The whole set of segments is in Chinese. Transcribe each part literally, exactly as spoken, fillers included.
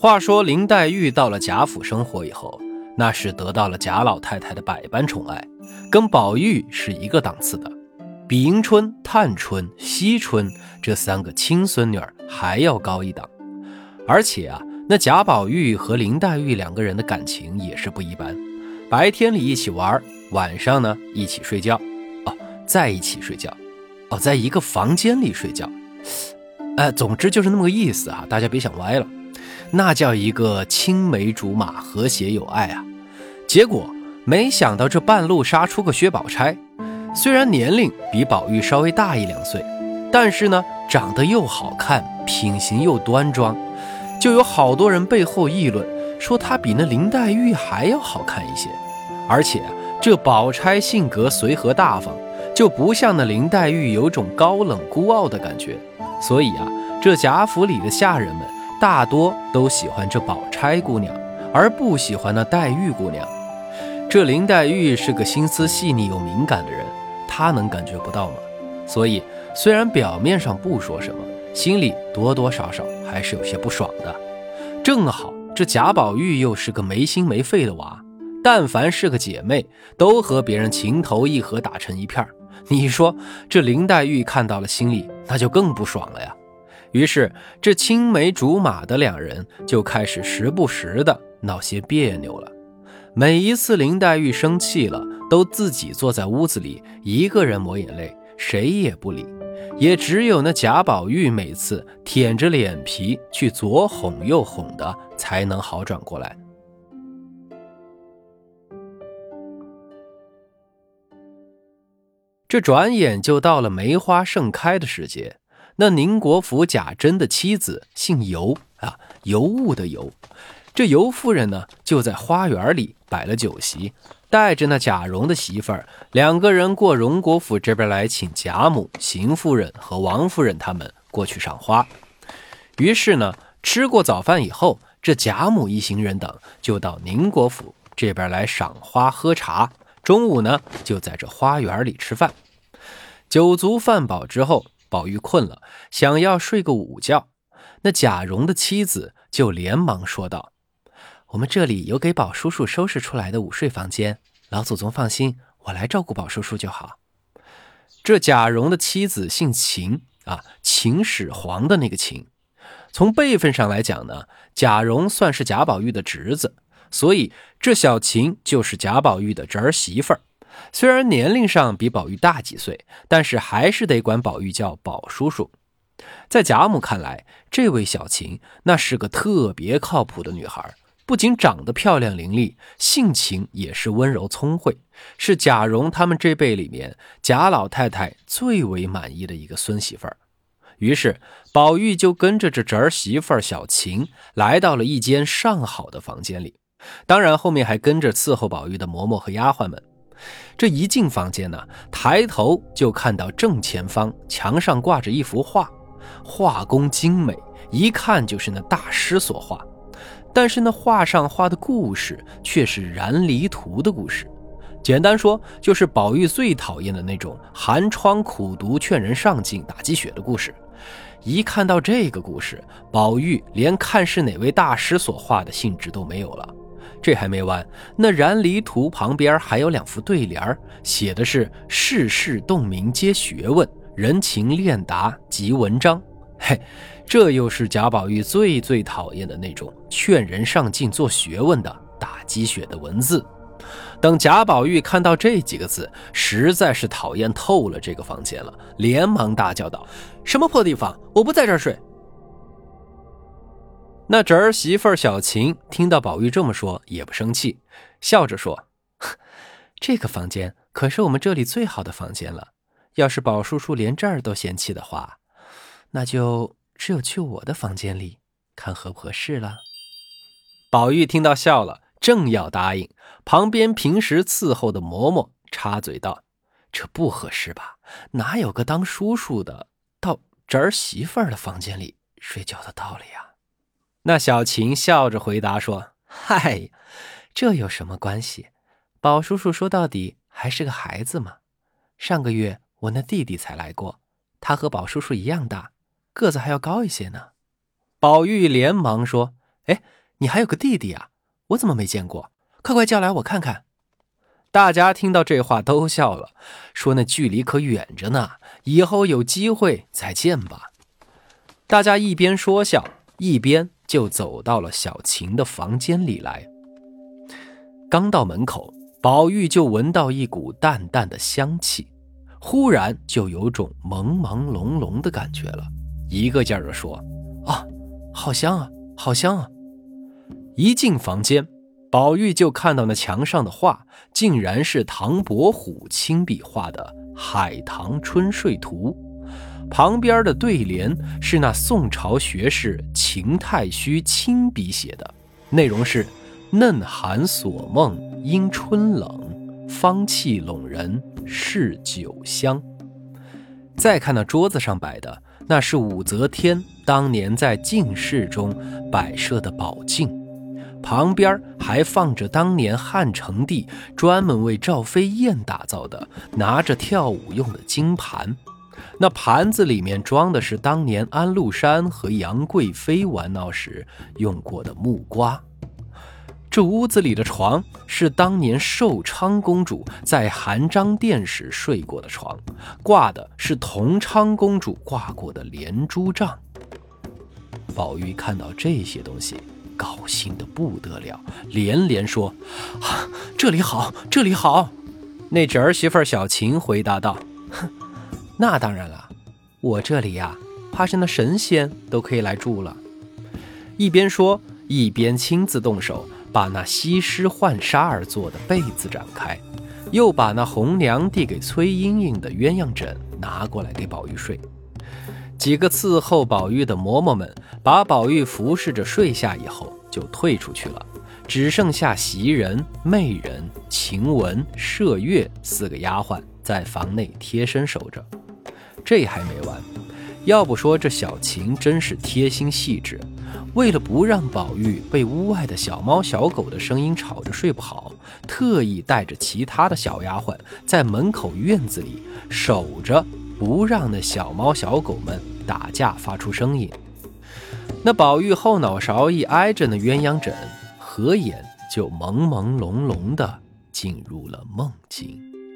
话说林黛玉到了贾府生活以后，那是得到了贾老太太的百般宠爱，跟宝玉是一个档次的，比迎春、探春、惜春这三个亲孙女儿还要高一档。而且啊，那贾宝玉和林黛玉两个人的感情也是不一般，白天里一起玩，晚上呢一起睡觉，哦，在一起睡觉，哦，在一个房间里睡觉，呃，总之就是那么个意思啊，大家别想歪了。那叫一个青梅竹马，和谐有爱啊！结果没想到这半路杀出个薛宝钗，虽然年龄比宝玉稍微大一两岁，但是呢，长得又好看，品行又端庄，就有好多人背后议论，说她比那林黛玉还要好看一些。而且啊，这宝钗性格随和大方，就不像那林黛玉有种高冷孤傲的感觉，所以啊，这贾府里的下人们大多都喜欢这宝钗姑娘，而不喜欢那黛玉姑娘。这林黛玉是个心思细腻又敏感的人，她能感觉不到吗？所以虽然表面上不说什么，心里多多少少还是有些不爽的。正好这贾宝玉又是个没心没肺的娃，但凡是个姐妹，都和别人情投意合打成一片，你说这林黛玉看到了心里那就更不爽了呀。于是这青梅竹马的两人就开始时不时的闹些别扭了。每一次林黛玉生气了，都自己坐在屋子里一个人抹眼泪，谁也不理，也只有那贾宝玉每次舔着脸皮去左哄右哄的，才能好转过来。这转眼就到了梅花盛开的时节，那宁国府贾珍的妻子姓尤啊，尤物的尤。这尤夫人呢，就在花园里摆了酒席，带着那贾蓉的媳妇儿，两个人过荣国府这边来请贾母、邢夫人和王夫人他们过去赏花。于是呢，吃过早饭以后，这贾母一行人等就到宁国府这边来赏花喝茶，中午呢就在这花园里吃饭。酒足饭饱之后，宝玉困了，想要睡个午觉，那贾蓉的妻子就连忙说道：我们这里有给宝叔叔收拾出来的午睡房间，老祖宗放心，我来照顾宝叔叔就好。这贾蓉的妻子姓秦啊，秦始皇的那个秦。从辈分上来讲呢，贾蓉算是贾宝玉的侄子，所以这小秦就是贾宝玉的侄儿媳妇儿。虽然年龄上比宝玉大几岁，但是还是得管宝玉叫宝叔叔。在贾母看来，这位小秦那是个特别靠谱的女孩，不仅长得漂亮伶俐，性情也是温柔聪慧，是贾蓉他们这辈里面贾老太太最为满意的一个孙媳妇儿。于是宝玉就跟着这侄儿媳妇儿小秦来到了一间上好的房间里，当然后面还跟着伺候宝玉的嬷嬷和丫鬟们。这一进房间呢，抬头就看到正前方墙上挂着一幅画，画工精美，一看就是那大师所画。但是那画上画的故事却是燃离图的故事，简单说就是宝玉最讨厌的那种寒窗苦读劝人上进打鸡血的故事。一看到这个故事，宝玉连看是哪位大师所画的兴致都没有了。这还没完，那燃离图旁边还有两副对联，写的是世事洞明皆学问，人情练达即文章。嘿，这又是贾宝玉最最讨厌的那种劝人上进做学问的打鸡血的文字。等贾宝玉看到这几个字，实在是讨厌透了这个房间了，连忙大叫道：什么破地方，我不在这儿睡。那侄儿媳妇小秦听到宝玉这么说也不生气，笑着说：这个房间可是我们这里最好的房间了，要是宝叔叔连这儿都嫌弃的话，那就只有去我的房间里，看合不合适了。宝玉听到笑了，正要答应，旁边平时伺候的嬷嬷插嘴道：这不合适吧，哪有个当叔叔的到侄儿媳妇儿的房间里睡觉的道理呀？那小秦笑着回答说：嗨，这有什么关系，宝叔叔说到底还是个孩子嘛。上个月我那弟弟才来过，他和宝叔叔一样大，个子还要高一些呢。宝玉连忙说： 哎，你还有个弟弟啊？我怎么没见过？快快叫来我看看。大家听到这话都笑了，说那距离可远着呢，以后有机会再见吧。大家一边说笑，一边就走到了小琴的房间里来。刚到门口，宝玉就闻到一股淡淡的香气，忽然就有种朦朦胧胧的感觉了，一个劲儿地说：啊，好香啊，好香啊！一进房间，宝玉就看到那墙上的画，竟然是唐伯虎亲笔画的《海棠春睡图》，旁边的对联是那宋朝学士秦太虚亲笔写的，内容是嫩寒锁梦因春冷，芳气笼人是酒香。再看那桌子上摆的，那是武则天当年在进士中摆设的宝镜，旁边还放着当年汉成帝专门为赵飞燕打造的拿着跳舞用的金盘，那盘子里面装的是当年安禄山和杨贵妃玩闹时用过的木瓜。这屋子里的床是当年寿昌公主在含章殿时睡过的床，挂的是同昌公主挂过的连珠帐。宝玉看到这些东西，高兴得不得了，连连说：啊，这里好，这里好。那侄儿媳妇小琴回答道：哼，那当然了，我这里呀、啊，怕是那神仙都可以来住了。一边说，一边亲自动手把那西施浣纱而做的被子展开，又把那红娘递给崔莺莺的鸳鸯枕拿过来给宝玉睡。几个伺候宝玉的嬷嬷们把宝玉服侍着睡下以后就退出去了，只剩下袭人、媚人、晴雯、麝月四个丫鬟在房内贴身守着。这还没完，要不说这小琴真是贴心细致，为了不让宝玉被屋外的小猫小狗的声音吵着睡不好，特意带着其他的小丫鬟在门口院子里守着，不让那小猫小狗们打架发出声音。那宝玉后脑勺一挨着那鸳鸯枕，合眼就朦朦胧胧地进入了梦境。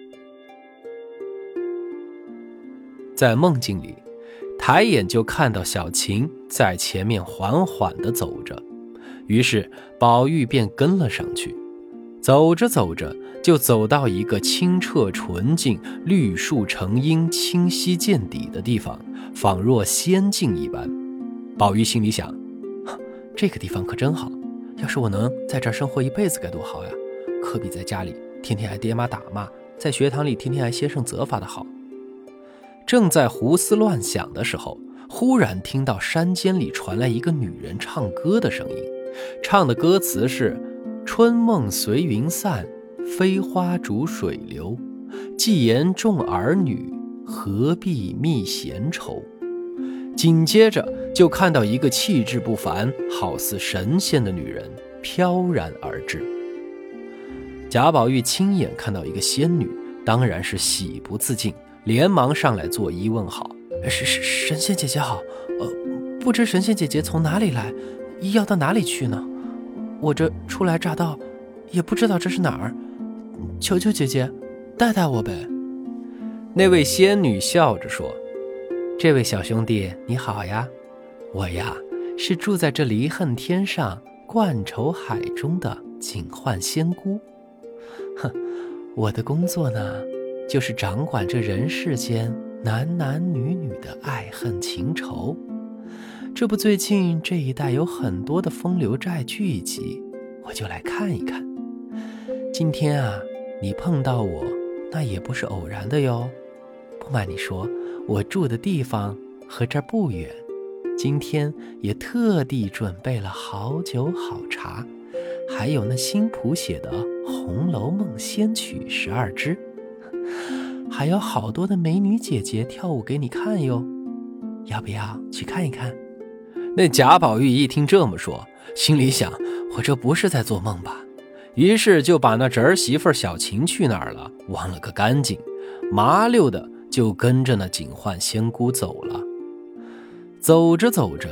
在梦境里，抬眼就看到小琴在前面缓缓地走着，于是宝玉便跟了上去。走着走着，就走到一个清澈纯净、绿树成荫、清晰见底的地方，仿若仙境一般。宝玉心里想，这个地方可真好，要是我能在这儿生活一辈子该多好呀，可比在家里天天挨爹妈打骂，在学堂里天天挨先生责罚的好。正在胡思乱想的时候，忽然听到山间里传来一个女人唱歌的声音，唱的歌词是：春梦随云散，飞花逐水流，既言重儿女，何必觅闲愁。紧接着就看到一个气质不凡，好似神仙的女人飘然而至。贾宝玉亲眼看到一个仙女，当然是喜不自禁，连忙上来作揖问好。是是神仙姐姐好，呃，不知神仙姐姐从哪里来，要到哪里去呢？我这初来乍到，也不知道这是哪儿，求求姐姐带带我呗。那位仙女笑着说：这位小兄弟你好呀，我呀是住在这离恨天上灌愁海中的警幻仙姑。哼，我的工作呢，就是掌管这人世间男男女女的爱恨情仇。这不最近这一带有很多的风流债聚集，我就来看一看。今天啊，你碰到我那也不是偶然的哟。不瞒你说，我住的地方和这儿不远，今天也特地准备了好酒好茶，还有那新谱写的《红楼梦》仙曲十二支，还有好多的美女姐姐跳舞给你看哟，要不要去看一看？那贾宝玉一听这么说，心里想，我这不是在做梦吧？于是就把那侄儿媳妇小琴去哪儿了忘了个干净，麻溜的就跟着那警幻仙姑走了。走着走着，就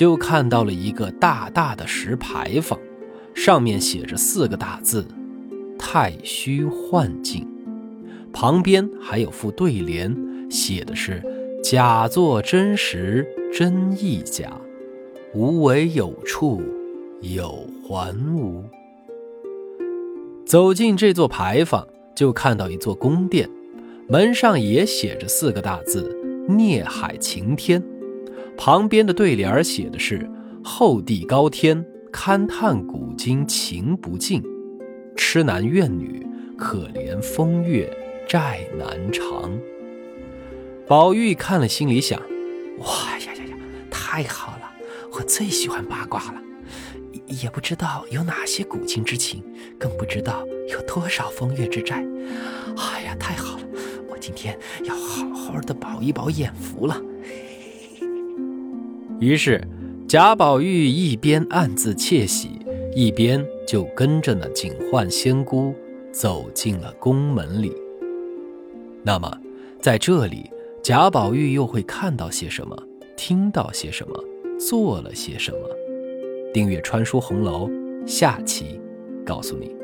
就看到了一个大大的石牌坊，上面写着四个大字太虚幻境，旁边还有副对联，写的是假作真时真亦假，无为有处有还无。走进这座牌坊，就看到一座宫殿，门上也写着四个大字孽海晴天，旁边的对联写的是后地高天，勘探古今情不尽，痴男怨女，可怜风月债难偿。宝玉看了心里想，哇呀呀呀，太好了，我最喜欢八卦了，也不知道有哪些古今之情，更不知道有多少风月之债。哎呀，太好了，我今天要好好的饱一饱眼福了。于是贾宝玉一边暗自窃喜，一边就跟着那警幻仙姑走进了宫门里。那么在这里，贾宝玉又会看到些什么，听到些什么，做了些什么？订阅穿书红楼，下期告诉你。